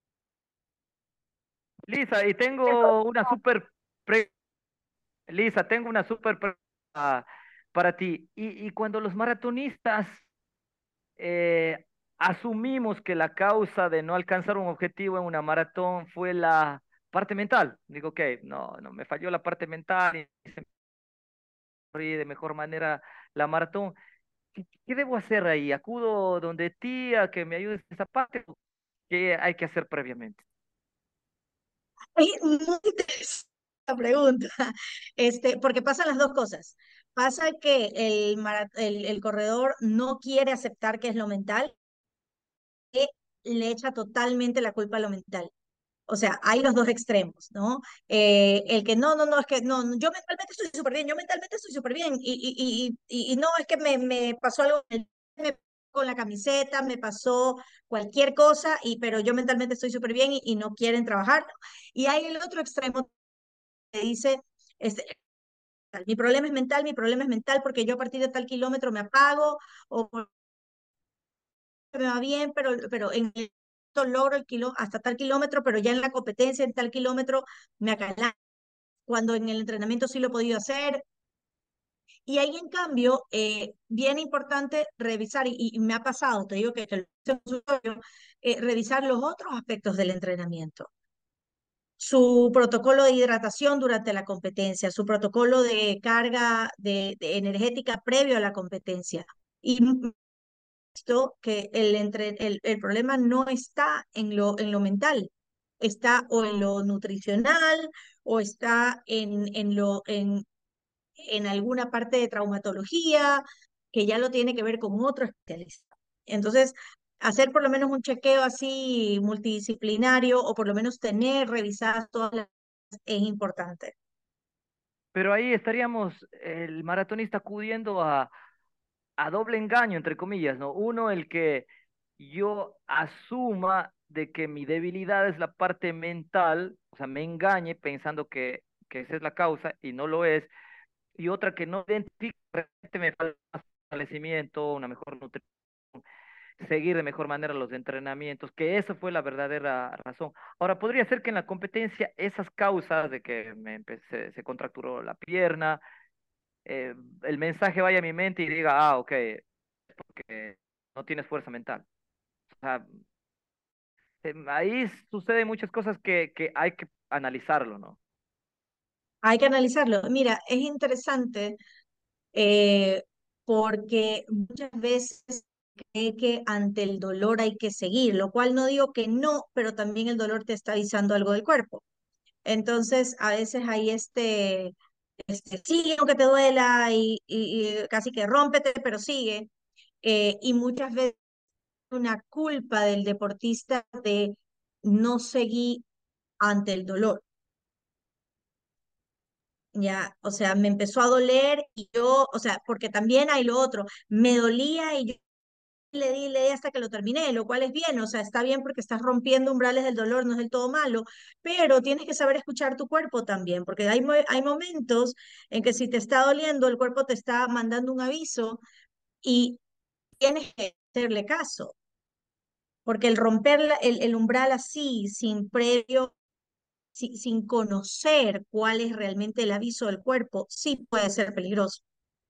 Lisa, y tengo una super pre- Lisa, tengo una super pregunta para ti. Y, y cuando los maratonistas eh, asumimos que la causa de no alcanzar un objetivo en una maratón fue la parte mental, digo, ok, no, no, me falló la parte mental y se corrí de mejor manera la maratón. ¿Qué, qué debo hacer ahí? ¿Acudo donde ti a que me ayudes en esa parte? ¿Qué hay que hacer previamente? Es muy interesante la pregunta, este, porque pasan las dos cosas. Pasa que el, mara- el, el corredor no quiere aceptar que es lo mental, que le echa totalmente la culpa a lo mental. O sea, hay los dos extremos, ¿no? Eh, el que no, no, no, es que no, no, yo mentalmente estoy súper bien, yo mentalmente estoy súper bien, y, y, y, y, y no, es que me, me pasó algo en el- me- con la camiseta, me pasó cualquier cosa, y, pero yo mentalmente estoy súper bien y, y no quieren trabajar. Y hay el otro extremo que dice, este, mi problema es mental, mi problema es mental porque yo a partir de tal kilómetro me apago, o me va bien, pero, pero en el logro el kilo, hasta tal kilómetro, pero ya en la competencia, en tal kilómetro, me acalá, cuando en el entrenamiento sí lo he podido hacer. Y ahí, en cambio, eh, bien importante revisar, y, y me ha pasado, te digo que, que lo hice en consultorio, eh, revisar los otros aspectos del entrenamiento. Su protocolo de hidratación durante la competencia, su protocolo de carga de, de energética previo a la competencia. Y visto que el, entre, el, el problema no está en lo, en lo mental, está o en lo nutricional o está en, en, lo, en, en alguna parte de traumatología que ya lo tiene que ver con otro especialista. Entonces, hacer por lo menos un chequeo así multidisciplinario o por lo menos tener revisadas todas las es importante. Pero ahí estaríamos el maratonista acudiendo a, a doble engaño, entre comillas, ¿no? Uno, el que yo asuma de que mi debilidad es la parte mental, o sea, me engañe pensando que, que esa es la causa y no lo es, y otra que no identifique, realmente me falta más fortalecimiento, una mejor nutrición, seguir de mejor manera los entrenamientos, que esa fue la verdadera razón. Ahora, podría ser que en la competencia esas causas de que me empecé, se contracturó la pierna, eh, el mensaje vaya a mi mente y diga, ah, ok, porque no tienes fuerza mental. O sea, em, ahí suceden muchas cosas que, que hay que analizarlo, ¿no? Hay que analizarlo. Mira, es interesante eh, porque muchas veces cree que ante el dolor hay que seguir, lo cual no digo que no, pero también el dolor te está avisando algo del cuerpo. Entonces, a veces hay este, este sigue aunque te duela y, y- y casi que rómpete, pero sigue. Eh, y muchas veces una culpa del deportista de no seguir ante el dolor. Ya, o sea, me empezó a doler y yo, o sea, porque también hay lo otro, me dolía y yo le di, le di hasta que lo terminé, lo cual es bien, o sea, está bien porque estás rompiendo umbrales del dolor, no es del todo malo, pero tienes que saber escuchar tu cuerpo también, porque hay, mo- hay momentos en que si te está doliendo, el cuerpo te está mandando un aviso y tienes que hacerle caso, porque el romper la- el, el umbral así, sin previo, si- sin conocer cuál es realmente el aviso del cuerpo, sí puede ser peligroso.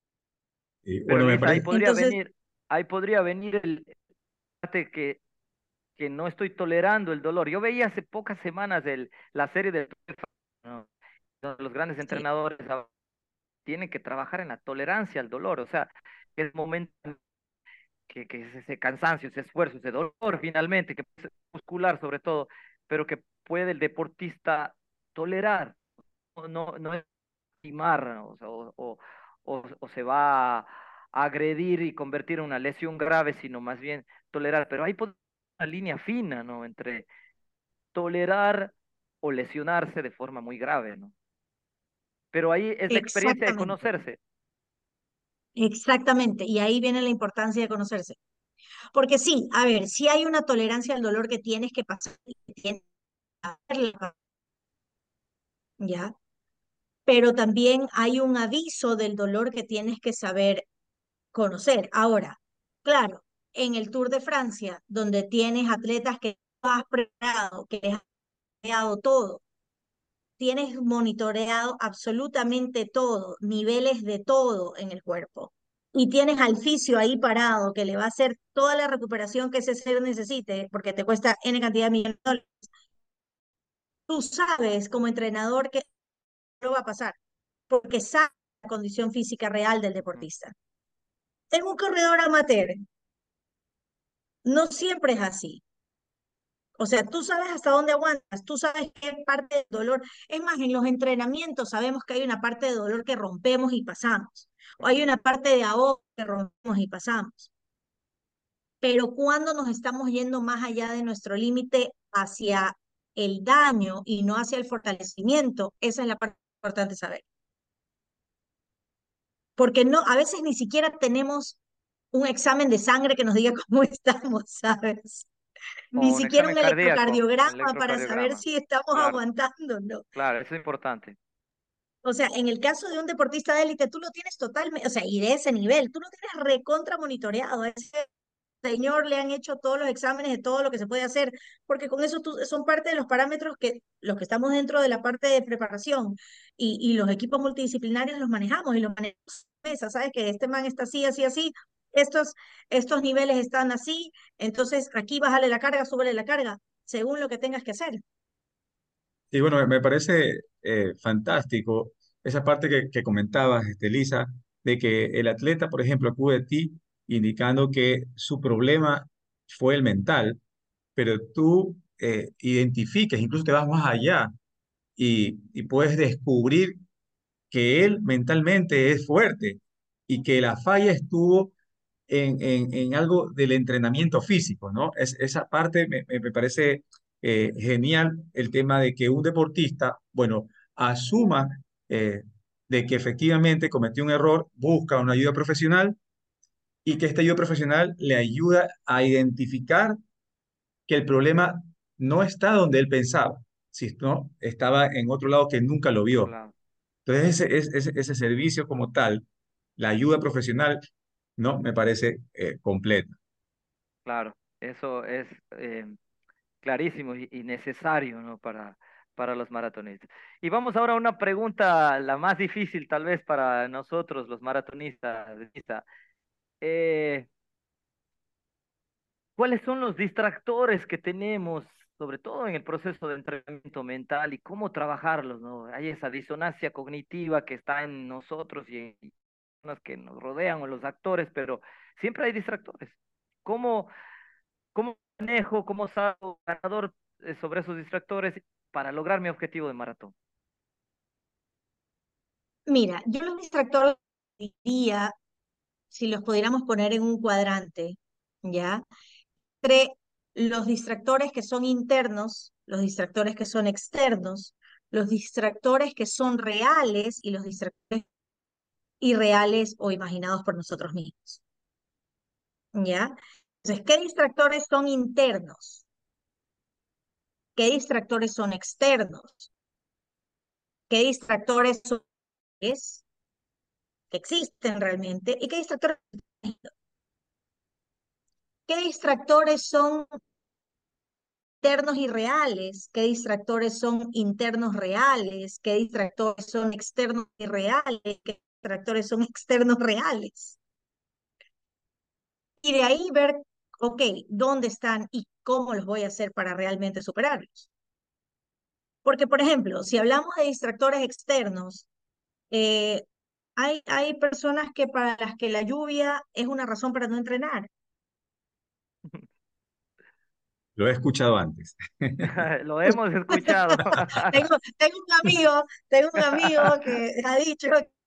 Y Pero bueno, me Lisa, ahí parece, podría Entonces, venir, ahí podría venir el parte que, que no estoy tolerando el dolor. Yo veía hace pocas semanas el, la serie de ¿no? Donde los grandes sí, entrenadores ahora tienen que trabajar en la tolerancia al dolor, o sea, que es momento que, que es ese cansancio, ese esfuerzo, ese dolor finalmente, que es muscular sobre todo, pero que puede el deportista tolerar, no, no, no es lastimar, ¿no? O, sea, o, o, o- o se va a agredir y convertir en una lesión grave, sino más bien tolerar, pero hay pues una línea fina, ¿no? Entre tolerar o lesionarse de forma muy grave, ¿no? Pero ahí es la experiencia de exactamente, conocerse. exactamente. Y ahí viene la importancia de conocerse. Porque sí, a ver, sí hay una tolerancia al dolor que tienes que pasar, y que tienes que hacerla, ¿ya? Pero también hay un aviso del dolor que tienes que saber conocer. Ahora, claro, en el Tour de Francia, donde tienes atletas que has preparado, que les has creado todo, tienes monitoreado absolutamente todo, niveles de todo en el cuerpo. Y tienes al fisio ahí parado que le va a hacer toda la recuperación que ese ser necesite, porque te cuesta N cantidad de millones de dólares. Tú sabes como entrenador que no va a pasar, porque sabes la condición física real del Ujú. deportista. En un corredor amateur, no siempre es así. O sea, tú sabes hasta dónde aguantas, tú sabes qué parte del dolor. Es más, en los entrenamientos sabemos que hay una parte de dolor que rompemos y pasamos, o hay una parte de ahogo que rompemos y pasamos. Pero cuando nos estamos yendo más allá de nuestro límite hacia el daño y no hacia el fortalecimiento, esa es la parte importante saber. Porque no, a veces ni siquiera tenemos un examen de sangre que nos diga cómo estamos, ¿sabes? Ni O un siquiera examen un cardíaco, un electrocardiograma para saber electrocardiograma. si estamos Claro, aguantando o no. claro, eso es importante. O sea, en el caso de un deportista de élite, tú lo tienes totalmente, o sea, y de ese nivel, tú lo tienes recontra monitoreado. A ese señor le han hecho todos los exámenes de todo lo que se puede hacer, porque con eso tú, son parte de los parámetros que los que estamos dentro de la parte de preparación y, y los equipos multidisciplinarios los manejamos y los manejamos. Esa, ¿sabes? Que este man está así, así, así, estos, estos niveles están así, entonces aquí bájale la carga, súbele la carga, según lo que tengas que hacer. Y bueno, me me parece eh, fantástico esa parte que, que comentabas, este, Lisa, de que el atleta, por ejemplo, acude a ti indicando que su problema fue el mental, pero tú eh, identificas, incluso te vas más allá y, y puedes descubrir que él mentalmente es fuerte y que la falla estuvo en, en, en algo del entrenamiento físico, ¿no? Es, esa parte me, me- me parece eh, genial, el tema de que un deportista, bueno, asuma eh, de que efectivamente cometió un error, busca una ayuda profesional y que esta ayuda profesional le ayuda a identificar que el problema no está donde él pensaba, sino estaba en otro lado que nunca lo Otro vio. lado. Entonces, ese, ese, ese ese servicio como tal, la ayuda profesional, no me parece eh, completa. Claro, eso es eh, clarísimo y, y necesario, ¿no? Para, para los maratonistas. Y vamos ahora a una pregunta, la más difícil tal vez para nosotros, los maratonistas. Lisa. Eh, ¿Cuáles son los distractores que tenemos, sobre todo en el proceso de entrenamiento mental y cómo trabajarlos, ¿no? Hay esa disonancia cognitiva que está en nosotros y en personas que nos rodean o los actores, pero siempre hay distractores. ¿Cómo, cómo manejo, cómo salgo ganador eh, sobre esos distractores para lograr mi objetivo de maratón? Mira, yo los distractores diría, si los pudiéramos poner en un cuadrante, ¿ya? Entre los distractores que son internos, los distractores que son externos, los distractores que son reales y los distractores irreales o imaginados por nosotros mismos, ¿ya? Entonces, ¿qué distractores son internos? ¿Qué distractores son externos? ¿Qué distractores son reales, que existen realmente? ¿Y qué distractores, qué distractores son internos y reales? ¿Qué distractores son internos reales? ¿Qué distractores son externos y reales? ¿Qué distractores son externos reales? Y de ahí ver, ok, ¿dónde están y cómo los voy a hacer para realmente superarlos? Porque, por ejemplo, si hablamos de distractores externos, eh, hay, hay personas que para las que la lluvia es una razón para no entrenar. Lo he escuchado antes. Lo hemos escuchado. Tengo, tengo un amigo, tengo un amigo que ha dicho,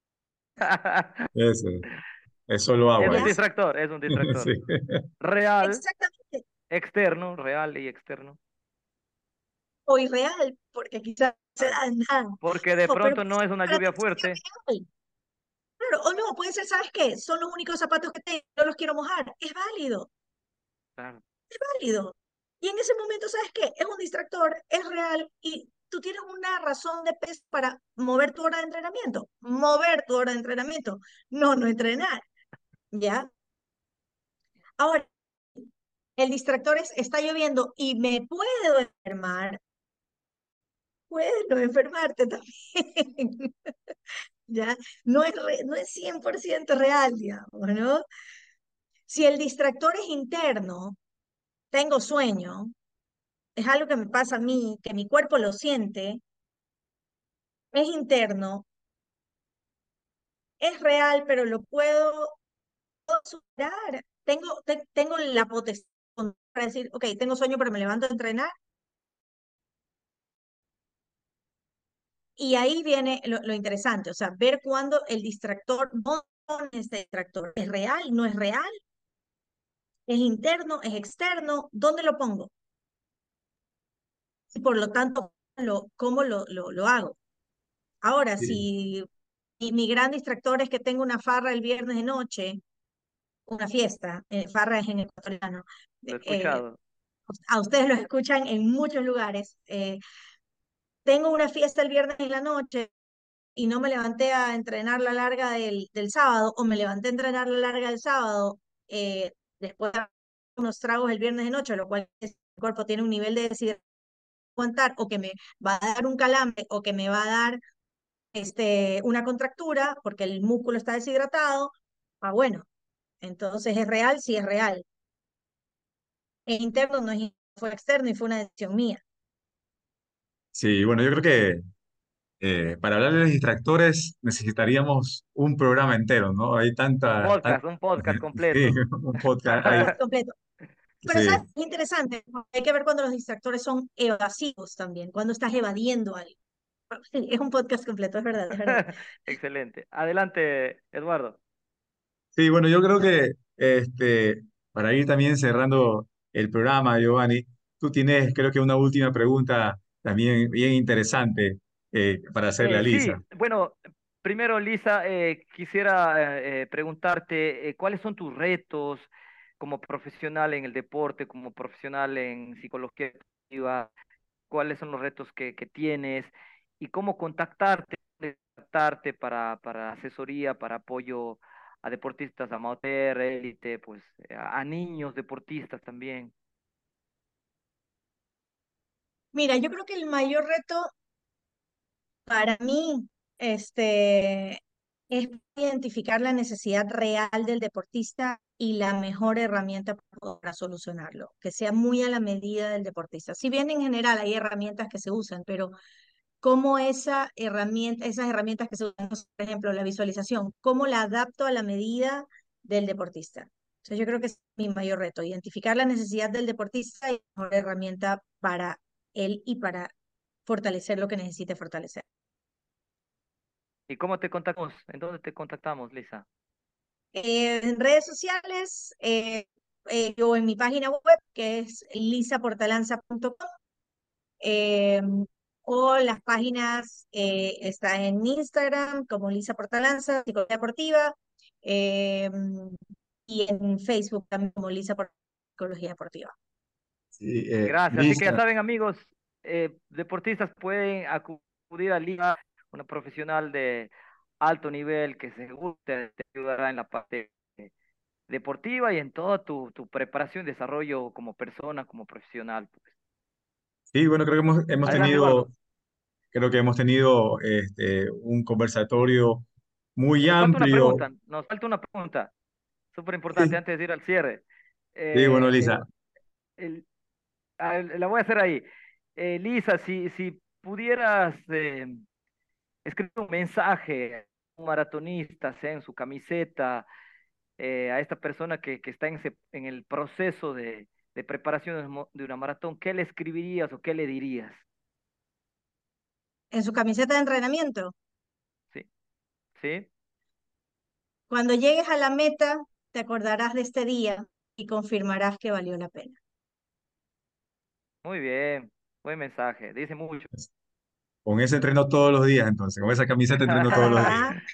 Eso, es solo Es agua, un dice. distractor, es un distractor. Sí. Real, exactamente, externo, real y externo. o irreal, porque quizás no se Claro. da nada. Porque de No, pero pronto no es una para ti lluvia sería fuerte. real. Claro, o no, puede ser, ¿sabes qué? Son los únicos zapatos que tengo, no los quiero mojar. Es válido, Claro, es válido. Y en ese momento, ¿sabes qué? Es un distractor, es real y tú tienes una razón de peso para mover tu hora de entrenamiento. Mover tu hora de entrenamiento, no, no entrenar, ¿ya? Ahora, el distractor es, está lloviendo y me puedo enfermar. Puedes no enfermarte también, ¿ya? No es, re- no es cien por ciento real, digamos, ¿no? Si el distractor es interno, tengo sueño, es algo que me pasa a mí, que mi cuerpo lo siente, es interno, es real, pero lo puedo superar. Tengo, te- tengo la potestad para decir, ok, tengo sueño, pero me levanto a entrenar. Y ahí viene lo, lo interesante, o sea, ver cuándo el distractor, dónde pone este distractor, ¿es real? ¿No es real? ¿Es interno? ¿Es externo? ¿Dónde lo pongo? Y por lo tanto, lo, ¿cómo lo, lo, lo hago? Ahora, Sí, si mi, mi gran distractor es que tengo una farra el viernes de noche, una fiesta, eh, farra es en ecuatoriano, Lo he eh, escuchado. a ustedes lo escuchan en muchos lugares, eh, tengo una fiesta el viernes en la noche y no me levanté a entrenar la larga del, del sábado, o me levanté a entrenar la larga del sábado, eh, después de unos tragos el viernes de noche, lo cual es, el cuerpo tiene un nivel de deshidratación aguantar, o que me va a dar un calambre, o que me va a dar este, una contractura, porque el músculo está deshidratado, ah, bueno, entonces es real, sí es real. Es interno, no es, fue externo y fue una decisión mía. sí, bueno, yo creo que eh, para hablar de los distractores necesitaríamos un programa entero, ¿no? Hay Un tanta, tan- podcast, un podcast sí, completo. un podcast, hay, Podcast completo. Pero sí, ¿sabes? Es interesante, porque hay que ver cuando los distractores son evasivos también, cuando estás evadiendo algo. Sí, es un podcast completo, es verdad, es verdad. Excelente. Adelante, Eduardo. sí, bueno, yo creo que este, para ir también cerrando el programa, Giovanni, tú tienes, creo que una última pregunta también bien interesante eh, para hacerle a Eh, sí, Lisa. bueno, primero, Lisa, eh, quisiera eh, eh, preguntarte eh, cuáles son tus retos como profesional en el deporte, como profesional en psicología deportiva, cuáles son los retos que, que tienes y cómo contactarte, contactarte para, para asesoría, para apoyo a deportistas amateur, élite, pues a, a niños deportistas también. Mira, yo creo que el mayor reto para mí, este, es identificar la necesidad real del deportista y la mejor herramienta para solucionarlo, que sea muy a la medida del deportista. Si bien en general hay herramientas que se usan, pero cómo esa herramienta, esas herramientas que se usan, por ejemplo, la visualización, cómo la adapto a la medida del deportista. Entonces, yo creo que es mi mayor reto, identificar la necesidad del deportista y la mejor herramienta para él y para fortalecer lo que necesite fortalecer. ¿Y cómo te contactamos? ¿En dónde te contactamos, Lisa? Eh, en redes sociales, eh, eh, yo en mi página web, que es lisaportalanza punto com, eh, o las páginas, eh, está en Instagram como Lisa Portalanza, Psicología Deportiva, eh, y en Facebook también como Lisa Portalanza, Psicología Deportiva. Sí, eh, Gracias. Así que ya Lisa, saben, amigos, eh, deportistas pueden acudir a Liga, una profesional de alto nivel que seguro te, te ayudará en la parte eh, deportiva y en toda tu, tu preparación y desarrollo como persona, como profesional, pues. sí, bueno, creo que hemos, hemos Adelante, tenido, Eduardo. creo que hemos tenido este, un conversatorio muy Nos falta una amplio. pregunta, nos falta una pregunta súper importante Sí, antes de ir al cierre. sí, bueno, Eh, el, Lisa. el- a- la voy a hacer ahí. Eh, Lisa, si, si pudieras eh, escribir un mensaje a un maratonista, sea en su camiseta, eh, a esta persona que, que está en, ese- en el proceso de, de preparación de mo- de una maratón, ¿qué le escribirías o qué le dirías? En su camiseta de entrenamiento, ¿Sí? ¿Sí? cuando llegues a la meta, te acordarás de este día y confirmarás que valió la pena. Muy bien, buen mensaje, dice mucho. Con ese entreno todos los días, entonces, con esa camiseta entreno todos los días. Ajá.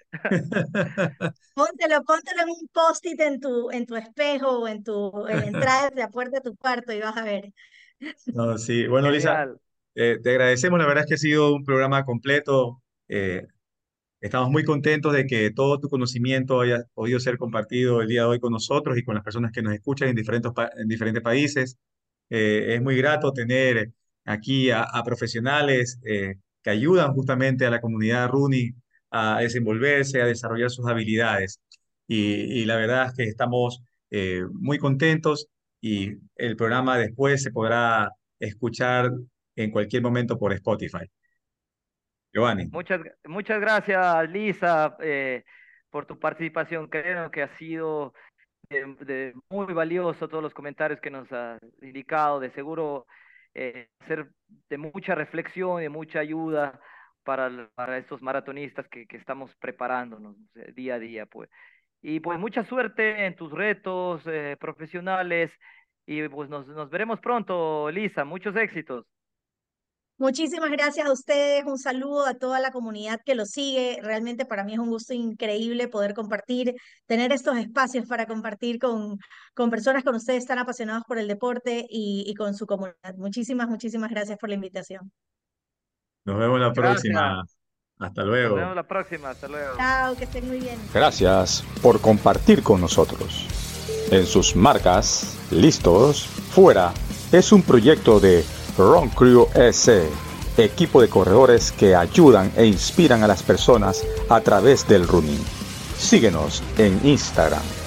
Póntelo, póntelo en un post-it en tu, en tu espejo o en tu, en la entrada de la puerta de tu cuarto y vas a ver. No, sí, bueno, Lisa, Genial. eh, te agradecemos. La verdad es que ha sido un programa completo. Eh, estamos muy contentos de que todo tu conocimiento haya podido ser compartido el día de hoy con nosotros y con las personas que nos escuchan en diferentes, pa- en diferentes países. Eh, es muy grato tener aquí a, a profesionales eh, que ayudan justamente a la comunidad running a desenvolverse, a desarrollar sus habilidades. Y, y la verdad es que estamos eh, muy contentos y el programa después se podrá escuchar en cualquier momento por Spotify. Giovanni. Muchas, muchas gracias, Lisa, eh, por tu participación. Creo que ha sido de, de muy valioso todos los comentarios que nos has indicado. De seguro eh, ser de mucha reflexión y de mucha ayuda para, para estos maratonistas que, que estamos preparándonos eh, día a día, pues. Y pues mucha suerte en tus retos eh, profesionales y pues nos, nos veremos pronto, Lisa. Muchos éxitos. Muchísimas gracias a ustedes, un saludo a toda la comunidad que los sigue. Realmente para mí es un gusto increíble poder compartir, tener estos espacios para compartir con, con personas con ustedes tan apasionados por el deporte y, y con su comunidad. Muchísimas, muchísimas gracias por la invitación. Nos vemos la Gracias. próxima. Hasta Nos luego. vemos la próxima. Hasta luego. Chao, que estén muy bien. Gracias por compartir con nosotros. En sus marcas, listos, fuera, es un proyecto de Run Crew S C, equipo de corredores que ayudan e inspiran a las personas a través del running. Síguenos en Instagram.